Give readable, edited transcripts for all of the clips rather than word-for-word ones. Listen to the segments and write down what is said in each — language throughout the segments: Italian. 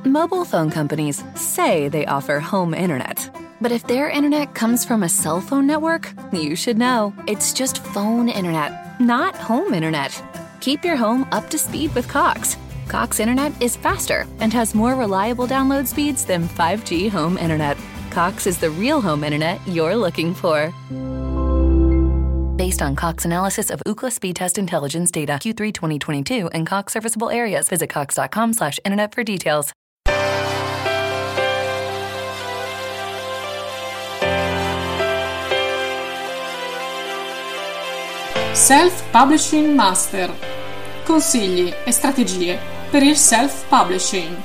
Mobile phone companies say they offer home internet. But if their internet comes from a cell phone network, you should know. It's just phone internet, not home internet. Keep your home up to speed with Cox. Cox internet is faster and has more reliable download speeds than 5G home internet. Cox is the real home internet you're looking for. Based on Cox analysis of Ookla speed test intelligence data Q3 2022 and Cox serviceable areas, visit cox.com/internet for details. Self-Publishing Master. Consigli e strategie per il self-publishing.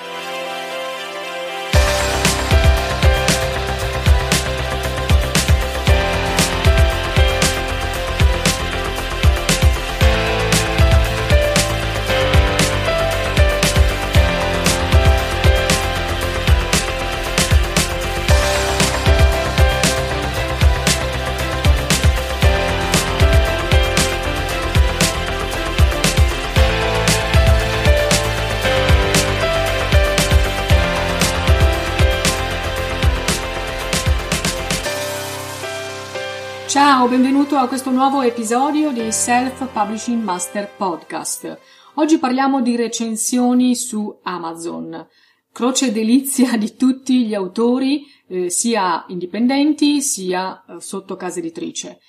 Ciao, benvenuto a questo nuovo episodio di Self-Publishing Master Podcast. Oggi parliamo di recensioni su Amazon, croce delizia di tutti gli autori, sia indipendenti sia sotto casa editrice.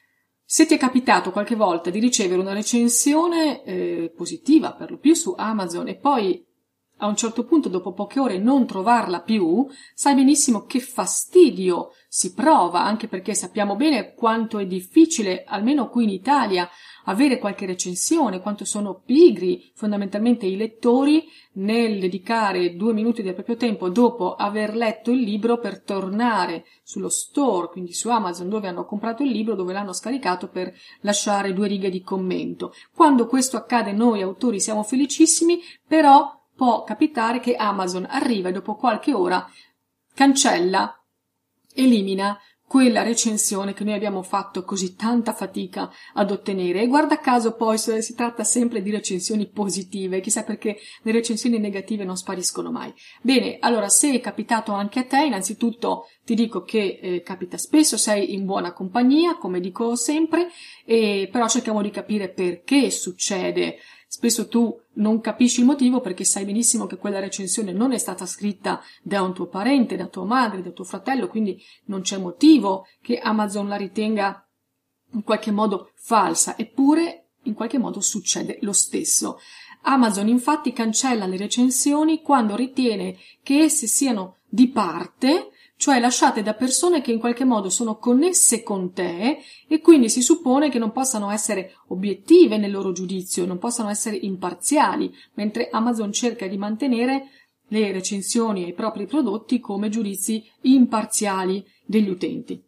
Se ti è capitato qualche volta di ricevere una recensione positiva per lo più su Amazon e poi a un certo punto, dopo poche ore, non trovarla più, sai benissimo che fastidio si prova, anche perché sappiamo bene quanto è difficile, almeno qui in Italia, avere qualche recensione, quanto sono pigri fondamentalmente i lettori nel dedicare 2 minuti del proprio tempo dopo aver letto il libro per tornare sullo store, quindi su Amazon, dove hanno comprato il libro, dove l'hanno scaricato, per lasciare 2 righe di commento. Quando questo accade noi autori siamo felicissimi, però può capitare che Amazon arriva e dopo qualche ora cancella, elimina quella recensione che noi abbiamo fatto così tanta fatica ad ottenere. E guarda caso poi si tratta sempre di recensioni positive, chissà perché le recensioni negative non spariscono mai. Bene, allora se è capitato anche a te, innanzitutto ti dico che capita spesso, sei in buona compagnia, come dico sempre, però cerchiamo di capire perché succede. Spesso tu non capisci il motivo perché sai benissimo che quella recensione non è stata scritta da un tuo parente, da tua madre, da tuo fratello, quindi non c'è motivo che Amazon la ritenga in qualche modo falsa, eppure in qualche modo succede lo stesso. Amazon infatti cancella le recensioni quando ritiene che esse siano di parte, cioè lasciate da persone che in qualche modo sono connesse con te e quindi si suppone che non possano essere obiettive nel loro giudizio, non possano essere imparziali, mentre Amazon cerca di mantenere le recensioni ai propri prodotti come giudizi imparziali degli utenti.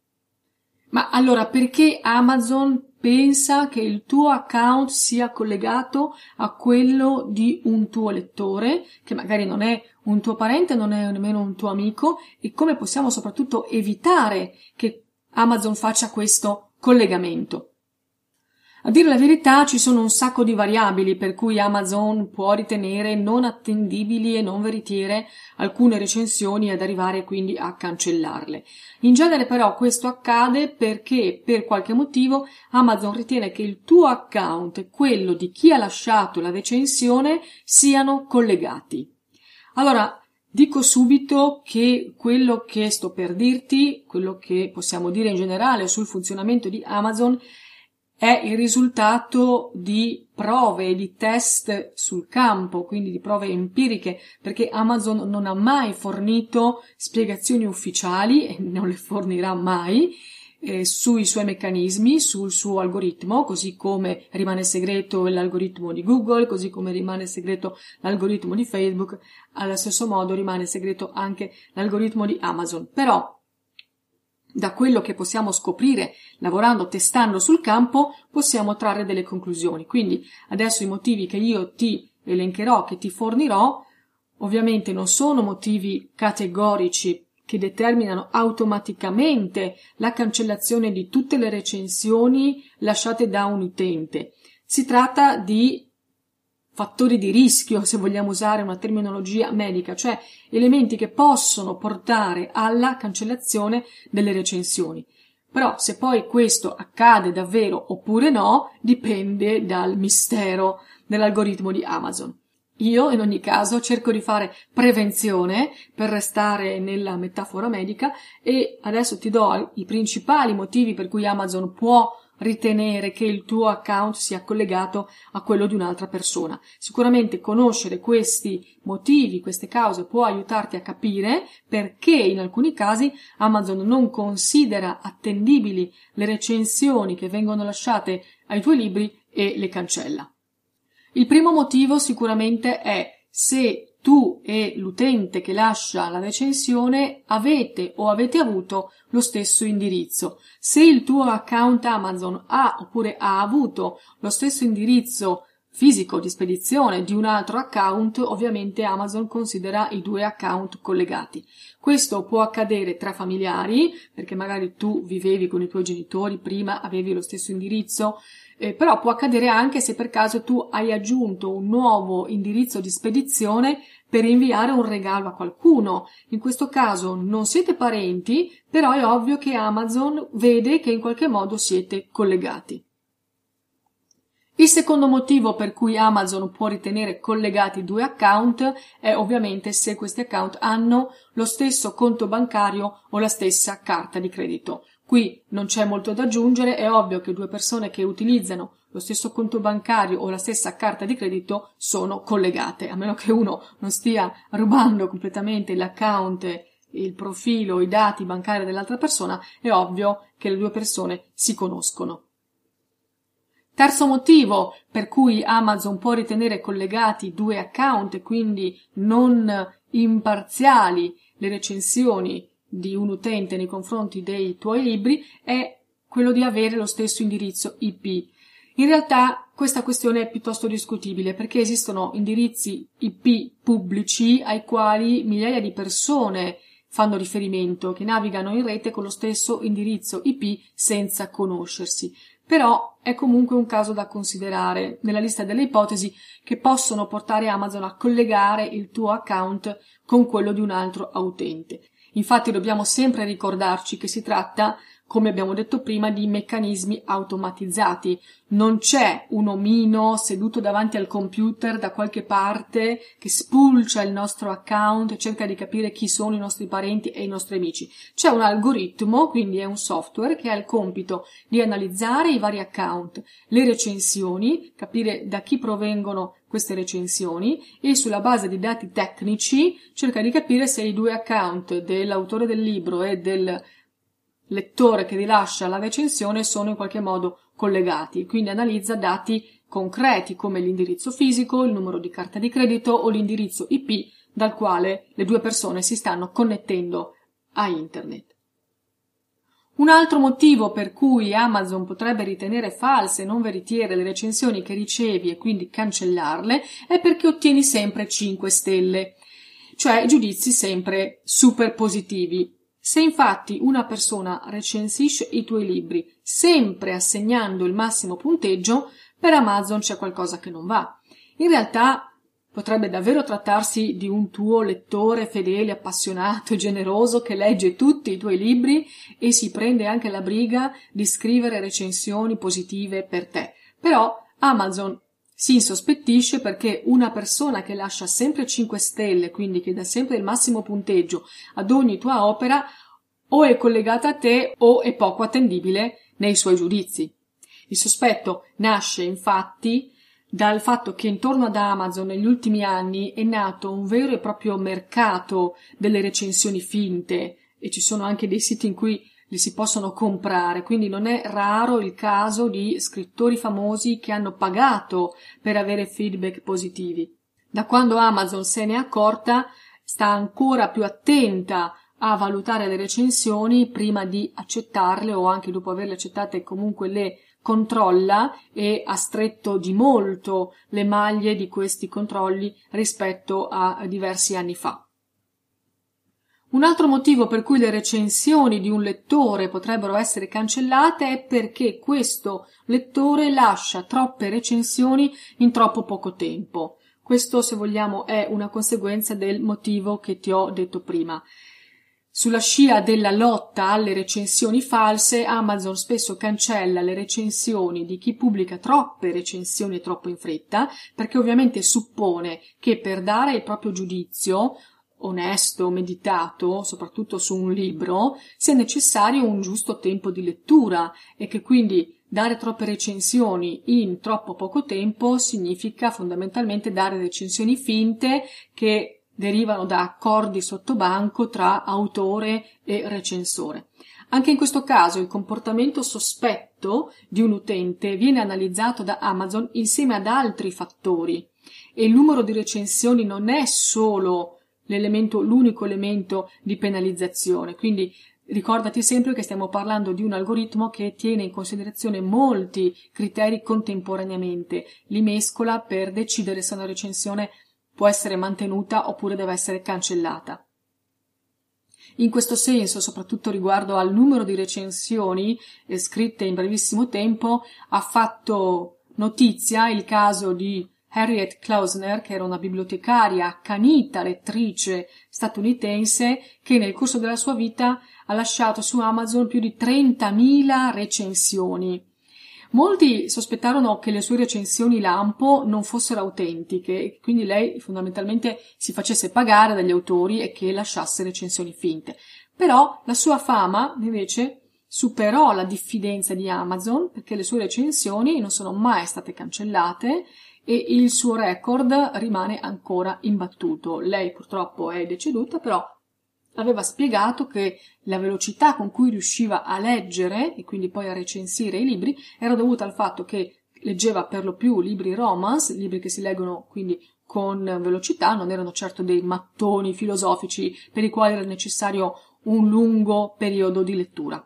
Ma allora perché Amazon pensa che il tuo account sia collegato a quello di un tuo lettore, che magari non è un tuo parente, non è nemmeno un tuo amico, e come possiamo soprattutto evitare che Amazon faccia questo collegamento? A dire la verità ci sono un sacco di variabili per cui Amazon può ritenere non attendibili e non veritiere alcune recensioni ed arrivare quindi a cancellarle. In genere però questo accade perché per qualche motivo Amazon ritiene che il tuo account e quello di chi ha lasciato la recensione siano collegati. Allora, dico subito che quello che sto per dirti, quello che possiamo dire in generale sul funzionamento di Amazon, è il risultato di prove, di test sul campo, quindi di prove empiriche, perché Amazon non ha mai fornito spiegazioni ufficiali e non le fornirà mai sui suoi meccanismi, sul suo algoritmo, così come rimane segreto l'algoritmo di Google, così come rimane segreto l'algoritmo di Facebook, allo stesso modo rimane segreto anche l'algoritmo di Amazon. Però da quello che possiamo scoprire lavorando, testando sul campo, possiamo trarre delle conclusioni. Quindi adesso i motivi che io ti elencherò, che ti fornirò, ovviamente non sono motivi categorici che determinano automaticamente la cancellazione di tutte le recensioni lasciate da un utente. Si tratta di fattori di rischio, se vogliamo usare una terminologia medica, cioè elementi che possono portare alla cancellazione delle recensioni. Però se poi questo accade davvero oppure no, dipende dal mistero dell'algoritmo di Amazon. Io in ogni caso cerco di fare prevenzione per restare nella metafora medica e adesso ti do i principali motivi per cui Amazon può ritenere che il tuo account sia collegato a quello di un'altra persona. Sicuramente conoscere questi motivi, queste cause può aiutarti a capire perché in alcuni casi Amazon non considera attendibili le recensioni che vengono lasciate ai tuoi libri e le cancella. Il primo motivo sicuramente è se tu e l'utente che lascia la recensione avete o avete avuto lo stesso indirizzo. Se il tuo account Amazon ha oppure ha avuto lo stesso indirizzo fisico di spedizione di un altro account, ovviamente Amazon considera i due account collegati. Questo può accadere tra familiari, perché magari tu vivevi con i tuoi genitori, prima avevi lo stesso indirizzo, però può accadere anche se per caso tu hai aggiunto un nuovo indirizzo di spedizione per inviare un regalo a qualcuno. In questo caso non siete parenti, però è ovvio che Amazon vede che in qualche modo siete collegati. Il secondo motivo per cui Amazon può ritenere collegati due account è ovviamente se questi account hanno lo stesso conto bancario o la stessa carta di credito. Qui non c'è molto da aggiungere, è ovvio che due persone che utilizzano lo stesso conto bancario o la stessa carta di credito sono collegate, a meno che uno non stia rubando completamente l'account, il profilo, i dati bancari dell'altra persona, è ovvio che le due persone si conoscono. Terzo motivo per cui Amazon può ritenere collegati due account e quindi non imparziali le recensioni di un utente nei confronti dei tuoi libri è quello di avere lo stesso indirizzo IP. In realtà questa questione è piuttosto discutibile perché esistono indirizzi IP pubblici ai quali migliaia di persone fanno riferimento, che navigano in rete con lo stesso indirizzo IP senza conoscersi. Però è comunque un caso da considerare nella lista delle ipotesi che possono portare Amazon a collegare il tuo account con quello di un altro utente. Infatti dobbiamo sempre ricordarci che si tratta, come abbiamo detto prima, di meccanismi automatizzati. Non c'è un omino seduto davanti al computer da qualche parte che spulcia il nostro account e cerca di capire chi sono i nostri parenti e i nostri amici. C'è un algoritmo, quindi è un software che ha il compito di analizzare i vari account, le recensioni, capire da chi provengono queste recensioni e sulla base di dati tecnici cerca di capire se i due account dell'autore del libro e del lettore che rilascia la recensione sono in qualche modo collegati, quindi analizza dati concreti come l'indirizzo fisico, il numero di carta di credito o l'indirizzo IP dal quale le due persone si stanno connettendo a internet. Un altro motivo per cui Amazon potrebbe ritenere false e non veritiere le recensioni che ricevi e quindi cancellarle è perché ottieni sempre 5 stelle, cioè giudizi sempre super positivi. Se infatti una persona recensisce i tuoi libri sempre assegnando il massimo punteggio, per Amazon c'è qualcosa che non va. In realtà potrebbe davvero trattarsi di un tuo lettore fedele, appassionato e generoso che legge tutti i tuoi libri e si prende anche la briga di scrivere recensioni positive per te. Però Amazon si insospettisce perché una persona che lascia sempre 5 stelle, quindi che dà sempre il massimo punteggio ad ogni tua opera, o è collegata a te o è poco attendibile nei suoi giudizi. Il sospetto nasce infatti dal fatto che intorno ad Amazon negli ultimi anni è nato un vero e proprio mercato delle recensioni finte e ci sono anche dei siti in cui li si possono comprare, quindi non è raro il caso di scrittori famosi che hanno pagato per avere feedback positivi. Da quando Amazon se ne è accorta, sta ancora più attenta a valutare le recensioni prima di accettarle o anche dopo averle accettate comunque le controlla e ha stretto di molto le maglie di questi controlli rispetto a diversi anni fa. Un altro motivo per cui le recensioni di un lettore potrebbero essere cancellate è perché questo lettore lascia troppe recensioni in troppo poco tempo. Questo, se vogliamo, è una conseguenza del motivo che ti ho detto prima. Sulla scia della lotta alle recensioni false, Amazon spesso cancella le recensioni di chi pubblica troppe recensioni troppo in fretta, perché ovviamente suppone che per dare il proprio giudizio onesto, meditato, soprattutto su un libro, sia necessario un giusto tempo di lettura e che quindi dare troppe recensioni in troppo poco tempo significa fondamentalmente dare recensioni finte che derivano da accordi sottobanco tra autore e recensore. Anche in questo caso il comportamento sospetto di un utente viene analizzato da Amazon insieme ad altri fattori e il numero di recensioni non è solo l'unico elemento di penalizzazione, quindi ricordati sempre che stiamo parlando di un algoritmo che tiene in considerazione molti criteri contemporaneamente, li mescola per decidere se una recensione può essere mantenuta oppure deve essere cancellata. In questo senso, soprattutto riguardo al numero di recensioni scritte in brevissimo tempo, ha fatto notizia il caso di Harriet Klausner, che era una bibliotecaria accanita lettrice statunitense, che nel corso della sua vita ha lasciato su Amazon più di 30.000 recensioni. Molti sospettarono che le sue recensioni lampo non fossero autentiche, quindi lei fondamentalmente si facesse pagare dagli autori e che lasciasse recensioni finte. Però la sua fama, invece, superò la diffidenza di Amazon, perché le sue recensioni non sono mai state cancellate e il suo record rimane ancora imbattuto. Lei purtroppo è deceduta, però aveva spiegato che la velocità con cui riusciva a leggere e quindi poi a recensire i libri era dovuta al fatto che leggeva per lo più libri romance, libri che si leggono quindi con velocità, non erano certo dei mattoni filosofici per i quali era necessario un lungo periodo di lettura.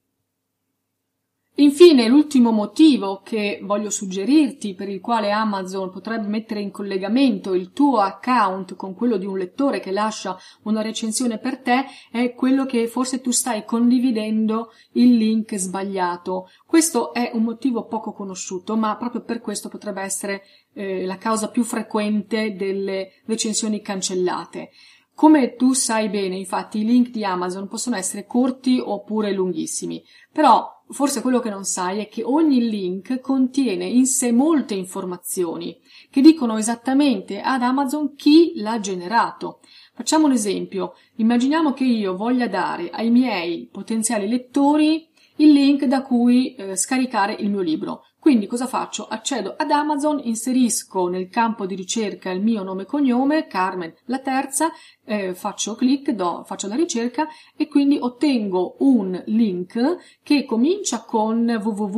Infine, l'ultimo motivo che voglio suggerirti per il quale Amazon potrebbe mettere in collegamento il tuo account con quello di un lettore che lascia una recensione per te è quello che forse tu stai condividendo il link sbagliato. Questo è un motivo poco conosciuto, ma proprio per questo potrebbe essere la causa più frequente delle recensioni cancellate. Come tu sai bene, infatti, i link di Amazon possono essere corti oppure lunghissimi, però forse quello che non sai è che ogni link contiene in sé molte informazioni che dicono esattamente ad Amazon chi l'ha generato. Facciamo un esempio. Immaginiamo che io voglia dare ai miei potenziali lettori il link da cui scaricare il mio libro. Quindi cosa faccio? Accedo ad Amazon, inserisco nel campo di ricerca il mio nome e cognome, Carmen la terza, faccio clic, faccio la ricerca e quindi ottengo un link che comincia con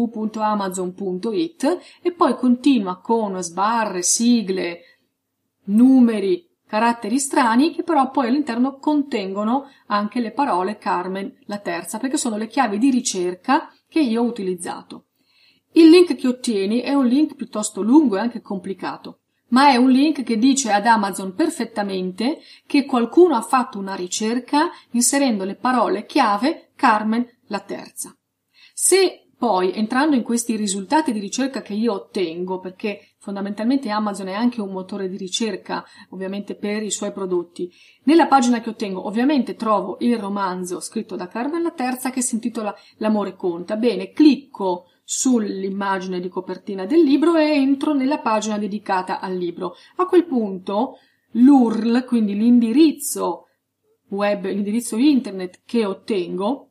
www.amazon.it e poi continua con sbarre, sigle, numeri, caratteri strani che però poi all'interno contengono anche le parole Carmen la terza, perché sono le chiavi di ricerca che io ho utilizzato. Il link che ottieni è un link piuttosto lungo e anche complicato, ma è un link che dice ad Amazon perfettamente che qualcuno ha fatto una ricerca inserendo le parole chiave Carmen la terza. Se poi, entrando in questi risultati di ricerca che io ottengo, perché fondamentalmente Amazon è anche un motore di ricerca, ovviamente per i suoi prodotti, nella pagina che ottengo ovviamente trovo il romanzo scritto da Carmen la terza che si intitola L'amore conta. Bene, clicco sull'immagine di copertina del libro e entro nella pagina dedicata al libro. A quel punto l'URL, quindi l'indirizzo web, l'indirizzo internet che ottengo,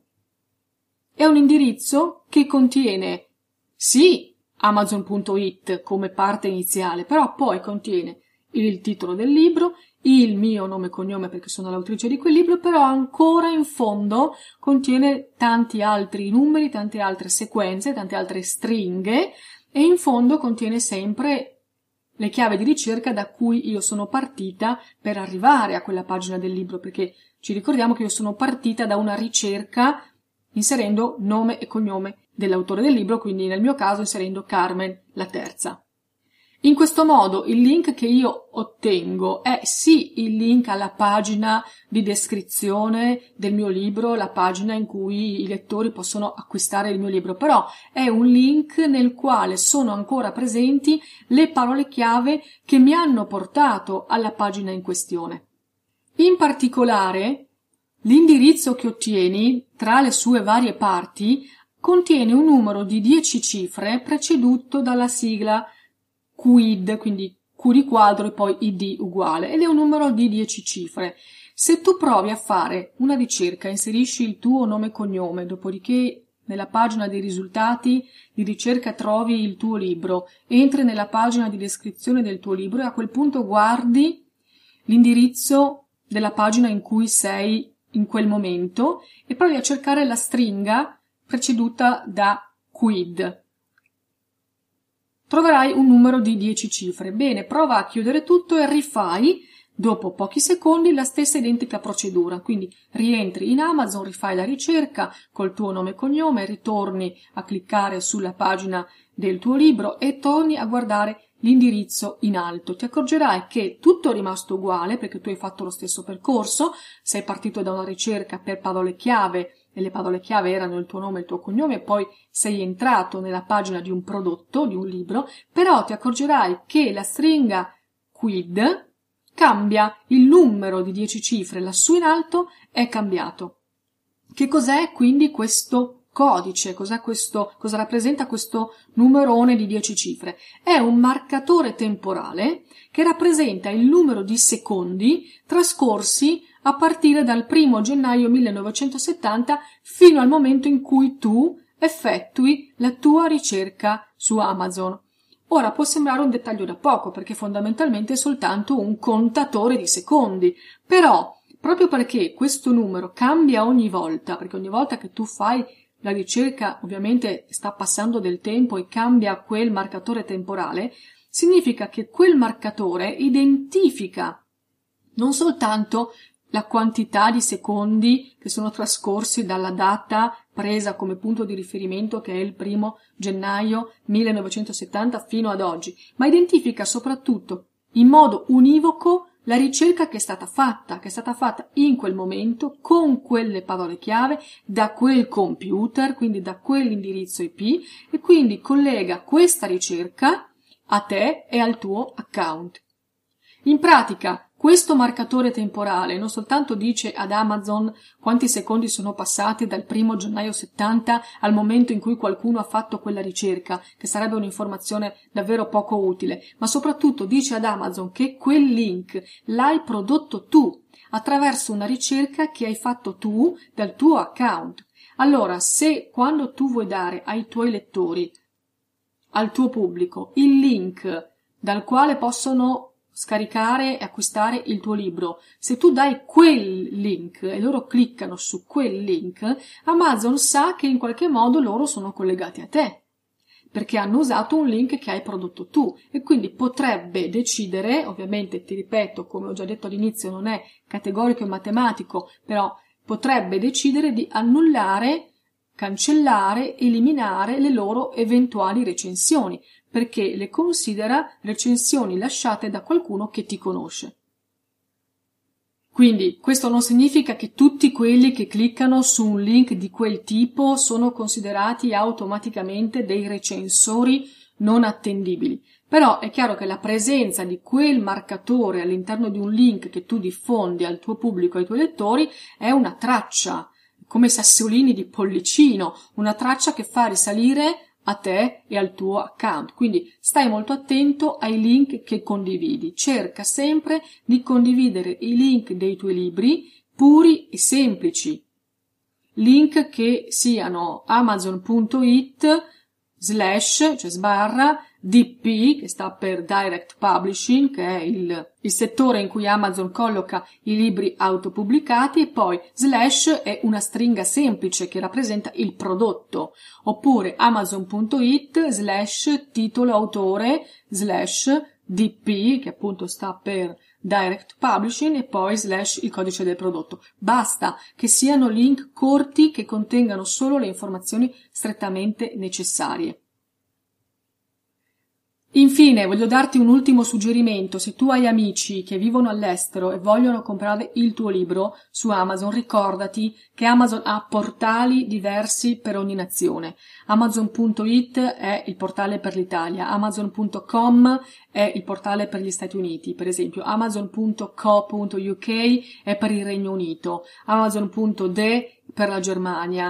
è un indirizzo che contiene sì Amazon.it come parte iniziale, però poi contiene il titolo del libro, il mio nome e cognome perché sono l'autrice di quel libro, però ancora in fondo contiene tanti altri numeri, tante altre sequenze, tante altre stringhe e in fondo contiene sempre le chiavi di ricerca da cui io sono partita per arrivare a quella pagina del libro, perché ci ricordiamo che io sono partita da una ricerca inserendo nome e cognome dell'autore del libro, quindi nel mio caso inserendo Carmen la terza. In questo modo il link che io ottengo è sì il link alla pagina di descrizione del mio libro, la pagina in cui i lettori possono acquistare il mio libro, però è un link nel quale sono ancora presenti le parole chiave che mi hanno portato alla pagina in questione. In particolare, l'indirizzo che ottieni tra le sue varie parti contiene un numero di 10 cifre preceduto dalla sigla QID, quindi Q di quadro e poi ID uguale, ed è un numero di 10 cifre. Se tu provi a fare una ricerca, inserisci il tuo nome e cognome, dopodiché nella pagina dei risultati di ricerca trovi il tuo libro, entri nella pagina di descrizione del tuo libro e a quel punto guardi l'indirizzo della pagina in cui sei in quel momento e provi a cercare la stringa preceduta da QID. Troverai un numero di 10 cifre. Bene, prova a chiudere tutto e rifai dopo pochi secondi la stessa identica procedura. Quindi rientri in Amazon, rifai la ricerca col tuo nome e cognome, ritorni a cliccare sulla pagina del tuo libro e torni a guardare l'indirizzo in alto. Ti accorgerai che tutto è rimasto uguale perché tu hai fatto lo stesso percorso, sei partito da una ricerca per parole chiave e le parole chiave erano il tuo nome e il tuo cognome e poi sei entrato nella pagina di un prodotto, di un libro, però ti accorgerai che la stringa QID cambia, il numero di 10 cifre lassù in alto è cambiato. Che cos'è quindi questo codice? Cosa rappresenta questo numerone di 10 cifre? È un marcatore temporale che rappresenta il numero di secondi trascorsi a partire dal 1 gennaio 1970 fino al momento in cui tu effettui la tua ricerca su Amazon. Ora può sembrare un dettaglio da poco perché fondamentalmente è soltanto un contatore di secondi, però proprio perché questo numero cambia ogni volta, perché ogni volta che tu fai la ricerca ovviamente sta passando del tempo e cambia quel marcatore temporale, significa che quel marcatore identifica non soltanto la quantità di secondi che sono trascorsi dalla data presa come punto di riferimento, che è il 1 gennaio 1970 fino ad oggi, ma identifica soprattutto in modo univoco la ricerca che è stata fatta in quel momento, con quelle parole chiave, da quel computer, quindi da quell'indirizzo IP, e quindi collega questa ricerca a te e al tuo account. In pratica, questo marcatore temporale non soltanto dice ad Amazon quanti secondi sono passati dal 1 gennaio 70 al momento in cui qualcuno ha fatto quella ricerca, che sarebbe un'informazione davvero poco utile, ma soprattutto dice ad Amazon che quel link l'hai prodotto tu attraverso una ricerca che hai fatto tu dal tuo account. Allora, se quando tu vuoi dare ai tuoi lettori, al tuo pubblico, il link dal quale possono scaricare e acquistare il tuo libro, se tu dai quel link e loro cliccano su quel link, Amazon sa che in qualche modo loro sono collegati a te, perché hanno usato un link che hai prodotto tu e quindi potrebbe decidere, ovviamente ti ripeto, come ho già detto all'inizio, non è categorico e matematico, però potrebbe decidere di annullare, cancellare, eliminare le loro eventuali recensioni, perché le considera recensioni lasciate da qualcuno che ti conosce. Quindi questo non significa che tutti quelli che cliccano su un link di quel tipo sono considerati automaticamente dei recensori non attendibili. Però è chiaro che la presenza di quel marcatore all'interno di un link che tu diffondi al tuo pubblico, ai tuoi lettori, è una traccia, come sassolini di pollicino, una traccia che fa risalire a te e al tuo account. Quindi stai molto attento ai link che condividi. Cerca sempre di condividere i link dei tuoi libri puri e semplici. Link che siano amazon.it /, DP, che sta per Direct Publishing, che è il settore in cui Amazon colloca i libri autopubblicati, e poi / è una stringa semplice che rappresenta il prodotto, oppure amazon.it / titolo autore / DP, che appunto sta per Direct Publishing, e poi / il codice del prodotto. Basta che siano link corti che contengano solo le informazioni strettamente necessarie. Infine, voglio darti un ultimo suggerimento. Se tu hai amici che vivono all'estero e vogliono comprare il tuo libro su Amazon, ricordati che Amazon ha portali diversi per ogni nazione. Amazon.it è il portale per l'Italia, Amazon.com è il portale per gli Stati Uniti, per esempio Amazon.co.uk è per il Regno Unito, Amazon.de per la Germania,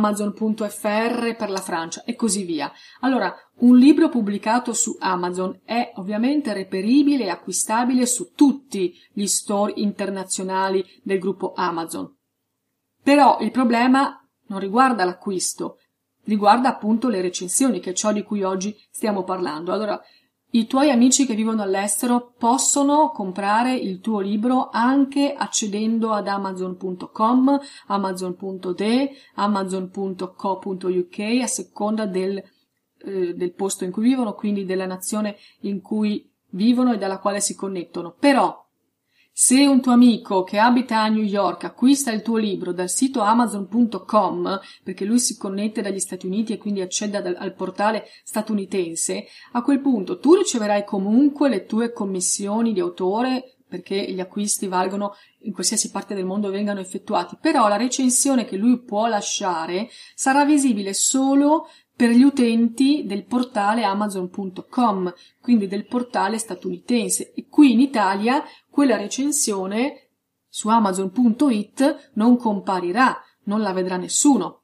Amazon.fr per la Francia e così via. Allora, un libro pubblicato su Amazon è ovviamente reperibile e acquistabile su tutti gli store internazionali del gruppo Amazon. Però il problema non riguarda l'acquisto, riguarda appunto le recensioni, che è ciò di cui oggi stiamo parlando. Allora, i tuoi amici che vivono all'estero possono comprare il tuo libro anche accedendo ad Amazon.com, Amazon.de, Amazon.co.uk a seconda del posto in cui vivono, quindi della nazione in cui vivono e dalla quale si connettono. Però, se un tuo amico che abita a New York acquista il tuo libro dal sito Amazon.com, perché lui si connette dagli Stati Uniti e quindi accede al portale statunitense, a quel punto tu riceverai comunque le tue commissioni di autore, perché gli acquisti valgono in qualsiasi parte del mondo vengano effettuati, però la recensione che lui può lasciare sarà visibile solo per gli utenti del portale Amazon.com, quindi del portale statunitense, e qui in Italia quella recensione su Amazon.it non comparirà, non la vedrà nessuno.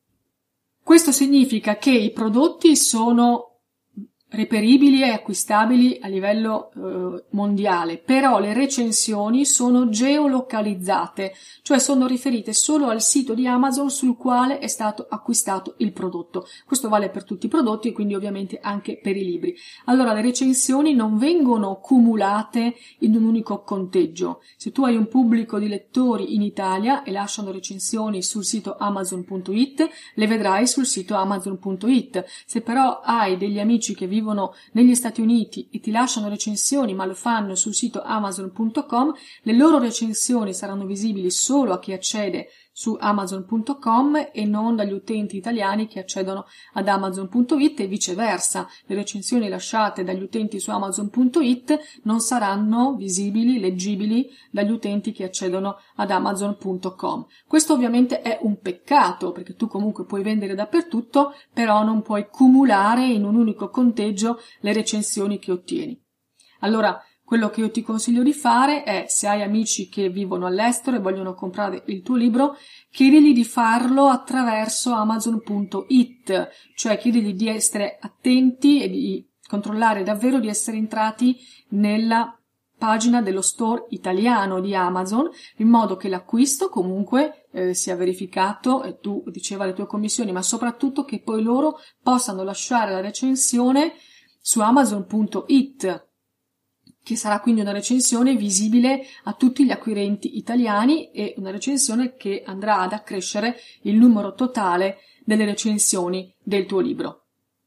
Questo significa che i prodotti sono reperibili e acquistabili a livello mondiale, però le recensioni sono geolocalizzate, cioè sono riferite solo al sito di Amazon sul quale è stato acquistato il prodotto. Questo vale per tutti i prodotti e quindi ovviamente anche per i libri. Allora, le recensioni non vengono cumulate in un unico conteggio. Se tu hai un pubblico di lettori in Italia e lasciano recensioni sul sito Amazon.it, le vedrai sul sito Amazon.it. Se però hai degli amici che vivono negli Stati Uniti e ti lasciano recensioni ma lo fanno sul sito Amazon.com, le loro recensioni saranno visibili solo a chi accede su Amazon.com e non dagli utenti italiani che accedono ad Amazon.it e viceversa. Le recensioni lasciate dagli utenti su Amazon.it non saranno visibili, leggibili dagli utenti che accedono ad Amazon.com. Questo ovviamente è un peccato, perché tu comunque puoi vendere dappertutto, però non puoi cumulare in un unico conteggio le recensioni che ottieni. Allora, quello che io ti consiglio di fare è, se hai amici che vivono all'estero e vogliono comprare il tuo libro, chiedigli di farlo attraverso Amazon.it, cioè chiedigli di essere attenti e di controllare davvero di essere entrati nella pagina dello store italiano di Amazon, in modo che l'acquisto comunque sia verificato e tu riceva le tue commissioni, ma soprattutto che poi loro possano lasciare la recensione su Amazon.it, che sarà quindi una recensione visibile a tutti gli acquirenti italiani e una recensione che andrà ad accrescere il numero totale delle recensioni del tuo libro.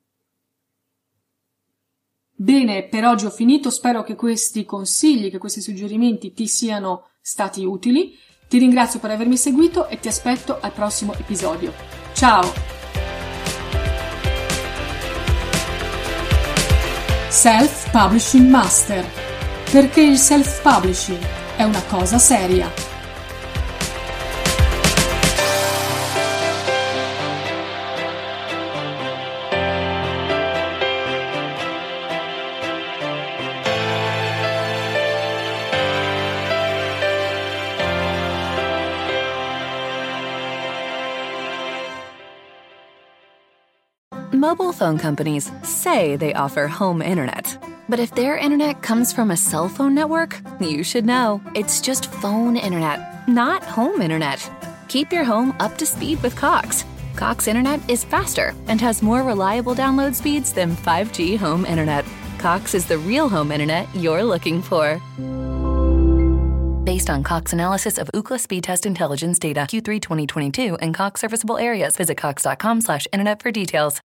Bene, per oggi ho finito, spero che questi consigli, che questi suggerimenti ti siano stati utili. Ti ringrazio per avermi seguito e ti aspetto al prossimo episodio. Ciao! Self-Publishing Master. Perché il self-publishing è una cosa seria. Mobile phone companies say they offer home internet. But if their internet comes from a cell phone network, you should know. It's just phone internet, not home internet. Keep your home up to speed with Cox. Cox internet is faster and has more reliable download speeds than 5G home internet. Cox is the real home internet you're looking for. Based on Cox analysis of Ookla speed test intelligence data Q3 2022 and Cox serviceable areas, visit cox.com/internet for details.